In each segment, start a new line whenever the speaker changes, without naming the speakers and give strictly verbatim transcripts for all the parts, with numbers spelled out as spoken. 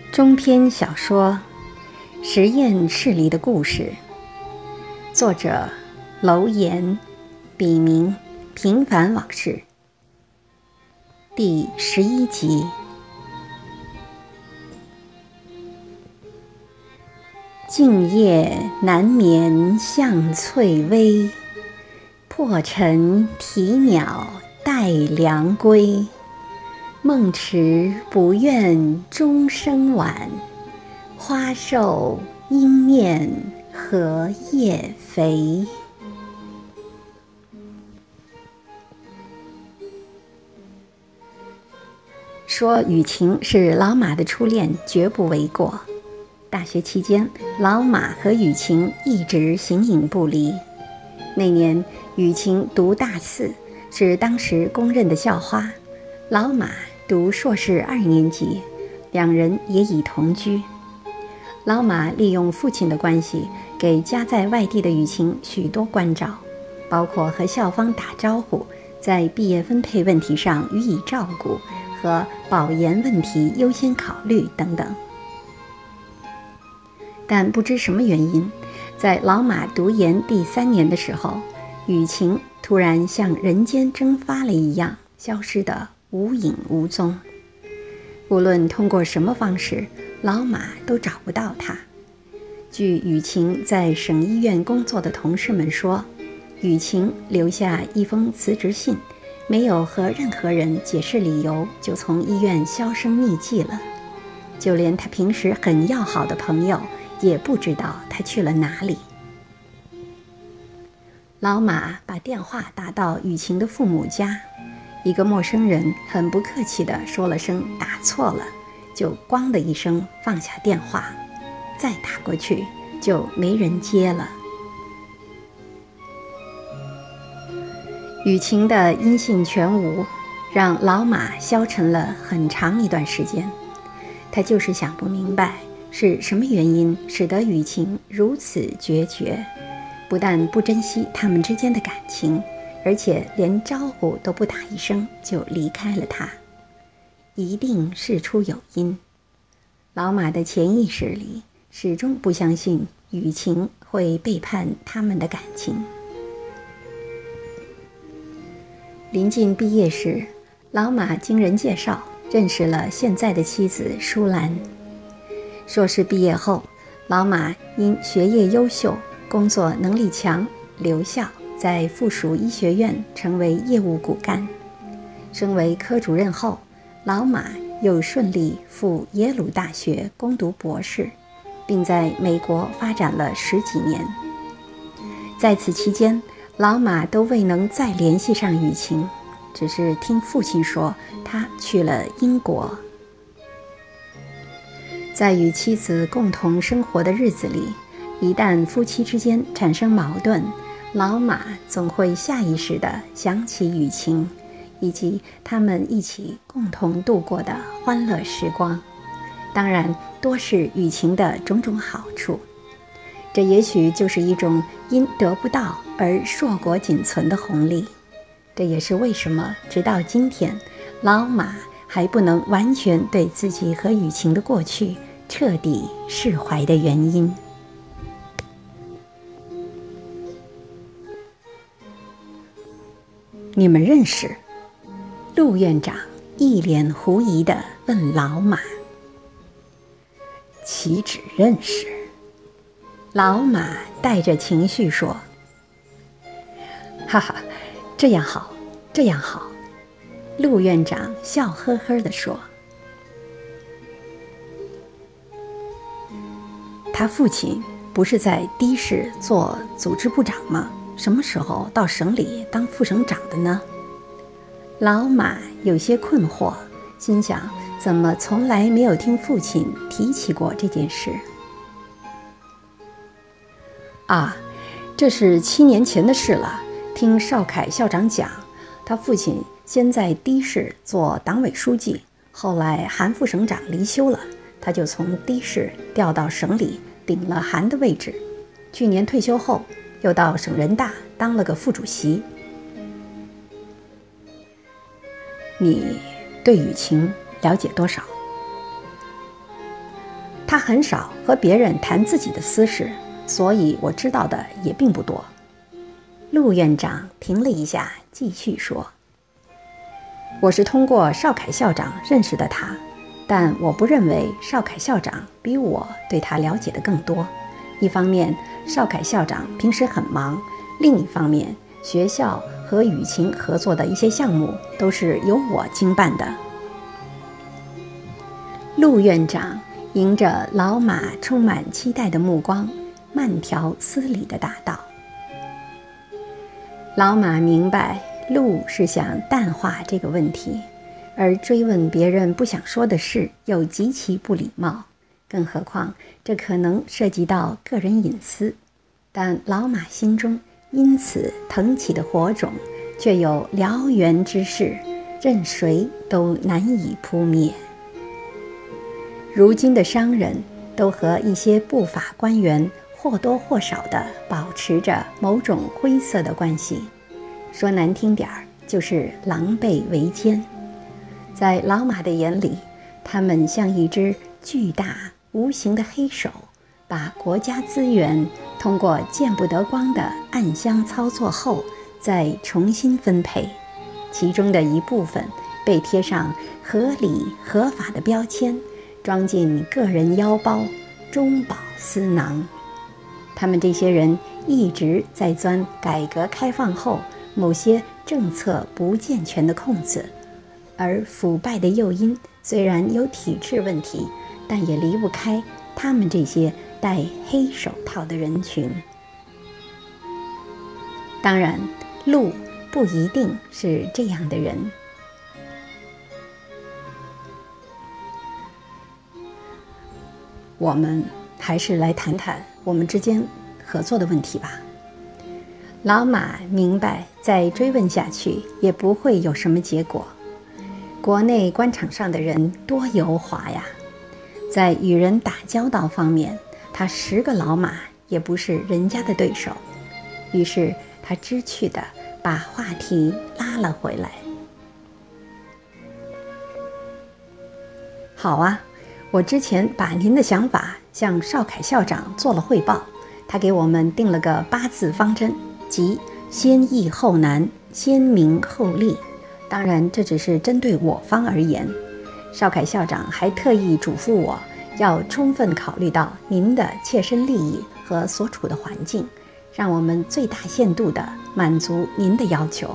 中篇小说《实验室里的故事》，作者楼岩，笔名平凡往事，第十一集。静夜难眠向翠微，破尘啼鸟待凉归。梦迟不愿终生晚，花瘦应面荷叶肥。说雨晴是老马的初恋，绝不为过。大学期间，老马和雨晴一直形影不离。那年，雨晴读大四，是当时公认的校花。老马读硕士二年级，两人也已同居。老马利用父亲的关系，给家在外地的雨晴许多关照，包括和校方打招呼，在毕业分配问题上予以照顾，和保研问题优先考虑等等。但不知什么原因，在老马读研第三年的时候，雨晴突然像人间蒸发了一样，消失得无影无踪。无论通过什么方式，老马都找不到他。据雨晴在省医院工作的同事们说，雨晴留下一封辞职信，没有和任何人解释理由，就从医院销声匿迹了。就连他平时很要好的朋友也不知道他去了哪里。老马把电话打到雨晴的父母家，一个陌生人很不客气地说了声打错了，就咣的一声放下电话，再打过去就没人接了。雨晴的音信全无，让老马消沉了很长一段时间。他就是想不明白是什么原因使得雨晴如此决绝，不但不珍惜他们之间的感情，而且连招呼都不打一声就离开了他。一定事出有因。老马的潜意识里始终不相信雨晴会背叛他们的感情。临近毕业时，老马经人介绍认识了现在的妻子舒兰。硕士毕业后，老马因学业优秀，工作能力强，留校，在附属医学院成为业务骨干。升为科主任后，老马又顺利赴耶鲁大学攻读博士，并在美国发展了十几年。在此期间，老马都未能再联系上雨晴，只是听父亲说他去了英国。在与妻子共同生活的日子里，一旦夫妻之间产生矛盾，老马总会下意识地想起雨晴，以及他们一起共同度过的欢乐时光。当然，多是雨晴的种种好处。这也许就是一种因得不到而硕果仅存的红利。这也是为什么直到今天，老马还不能完全对自己和雨晴的过去彻底释怀的原因。你们认识？陆院长一脸狐疑地问老马。岂止认识？老马带着情绪说。哈哈，这样好，这样好。陆院长笑呵呵地说。他父亲不是在的士做组织部长吗？什么时候到省里当副省长的呢？老马有些困惑，心想怎么从来没有听父亲提起过这件事。啊，这是七年前的事了。听邵凯校长讲，他父亲先在的士做党委书记，后来韩副省长离休了，他就从的士调到省里顶了韩的位置。去年退休后，又到省人大当了个副主席。你对雨晴了解多少？ 他很少和别人谈自己的私事，所以我知道的也并不多。陆院长停了一下，继续说：我是通过邵凯校长认识的他，但我不认为邵凯校长比我对他了解的更多。一方面，邵凯校长平时很忙；另一方面，学校和雨晴合作的一些项目都是由我经办的。陆院长迎着老马充满期待的目光，慢条斯理地答道。老马明白陆是想淡化这个问题，而追问别人不想说的事又极其不礼貌，更何况这可能涉及到个人隐私。但老马心中因此腾起的火种却有燎原之势，任谁都难以扑灭。如今的商人都和一些不法官员或多或少地保持着某种灰色的关系，说难听点儿就是狼狈为奸。在老马的眼里，他们像一只巨大无形的黑手，把国家资源通过见不得光的暗箱操作后再重新分配，其中的一部分被贴上合理合法的标签，装进个人腰包，中饱私囊。他们这些人一直在钻改革开放后某些政策不健全的空子，而腐败的诱因虽然有体制问题，但也离不开他们这些戴黑手套的人群。当然，陆不一定是这样的人。我们还是来谈谈我们之间合作的问题吧。老马明白再追问下去也不会有什么结果。国内官场上的人多油滑呀，在与人打交道方面，他十个老马也不是人家的对手。于是他知趣地把话题拉了回来。好啊，我之前把您的想法向邵凯校长做了汇报，他给我们定了个八字方针，即先易后难，先明后利。当然这只是针对我方而言，邵凯校长还特意嘱咐我要充分考虑到您的切身利益和所处的环境，让我们最大限度地满足您的要求。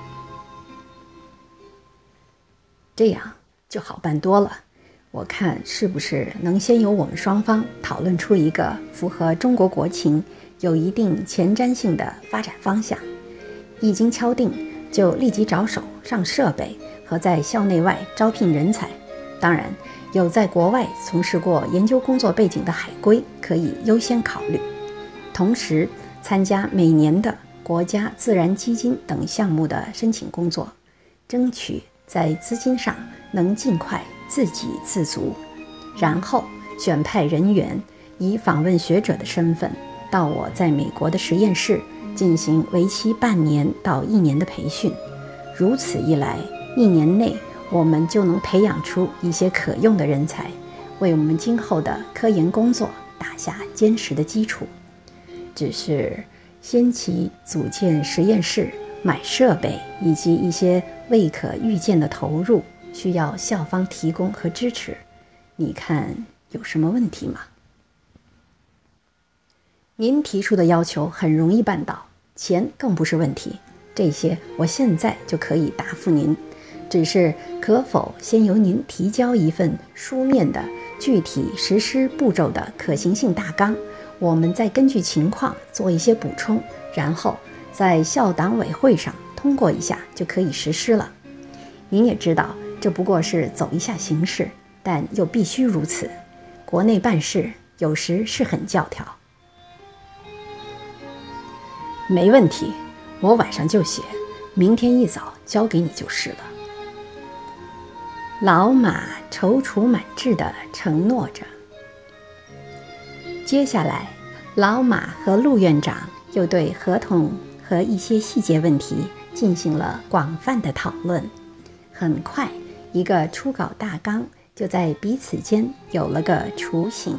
这样就好办多了。我看是不是能先由我们双方讨论出一个符合中国国情、有一定前瞻性的发展方向，一经敲定就立即着手上设备和在校内外招聘人才。当然，有在国外从事过研究工作背景的海归可以优先考虑，同时参加每年的国家自然基金等项目的申请工作，争取在资金上能尽快自给自足。然后选派人员以访问学者的身份到我在美国的实验室进行为期半年到一年的培训。如此一来，一年内我们就能培养出一些可用的人才，为我们今后的科研工作打下坚实的基础。只是先期组建实验室、买设备以及一些未可预见的投入，需要校方提供和支持。你看有什么问题吗？您提出的要求很容易办到，钱更不是问题，这些我现在就可以答复您。只是可否先由您提交一份书面的具体实施步骤的可行性大纲，我们再根据情况做一些补充，然后在校党委会上通过一下就可以实施了。您也知道，这不过是走一下形式，但又必须如此。国内办事有时是很教条。没问题，我晚上就写，明天一早交给你就是了。老马踌躇满志地承诺着。接下来，老马和陆院长又对合同和一些细节问题进行了广泛的讨论。很快，一个初稿大纲就在彼此间有了个雏形。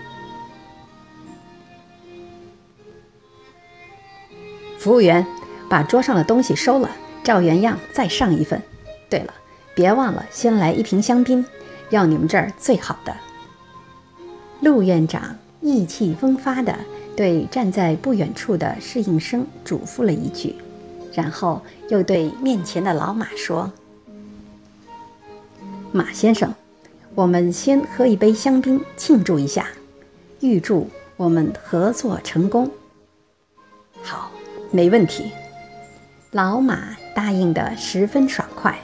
服务员，把桌上的东西收了，照原样再上一份。对了，别忘了先来一瓶香槟，要你们这儿最好的。陆院长意气风发地对站在不远处的侍应生嘱咐了一句，然后又对面前的老马说：马先生，我们先喝一杯香槟庆祝一下，预祝我们合作成功。好，没问题。老马答应得十分爽快。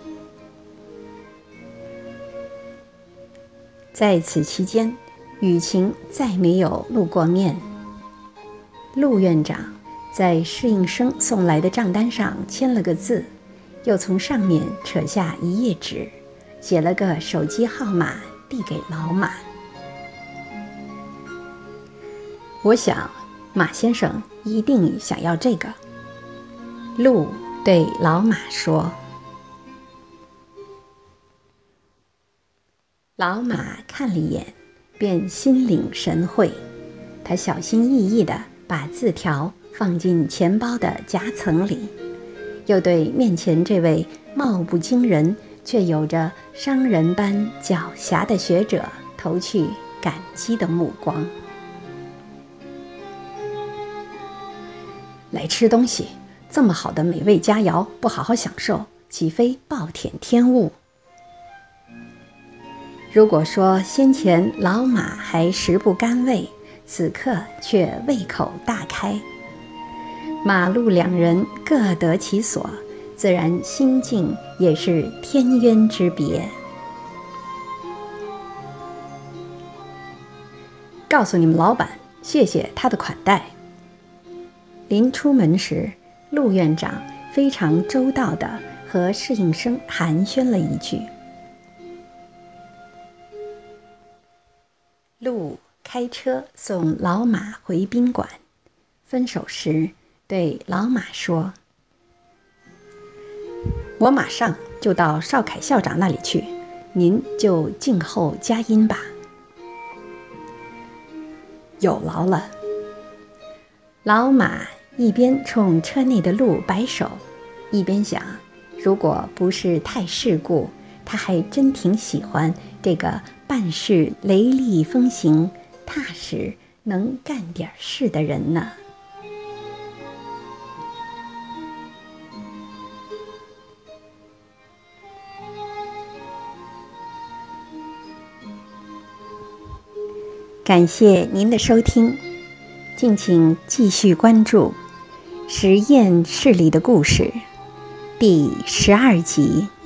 在此期间，雨晴再没有露过面。陆院长在侍应生送来的账单上签了个字，又从上面扯下一页纸，写了个手机号码递给老马。我想马先生一定想要这个。陆对老马说。老马看了一眼，便心领神会。他小心翼翼地把字条放进钱包的夹层里，又对面前这位貌不惊人却有着商人般狡黠的学者投去感激的目光。来吃东西，这么好的美味佳肴不好好享受，岂非暴殄天物？如果说先前老马还食不甘味，此刻却胃口大开。马陆两人各得其所，自然心境也是天渊之别。告诉你们老板，谢谢他的款待。临出门时，陆院长非常周到地和侍应生寒暄了一句。陆开车送老马回宾馆，分手时对老马说：我马上就到邵凯校长那里去，您就静候佳音吧。有劳了。老马一边冲车内的陆摆手，一边想，如果不是太世故，他还真挺喜欢这个办事雷厉风行、踏实能干点事的人呢。感谢您的收听，敬请继续关注《实验室里的故事》第十二集。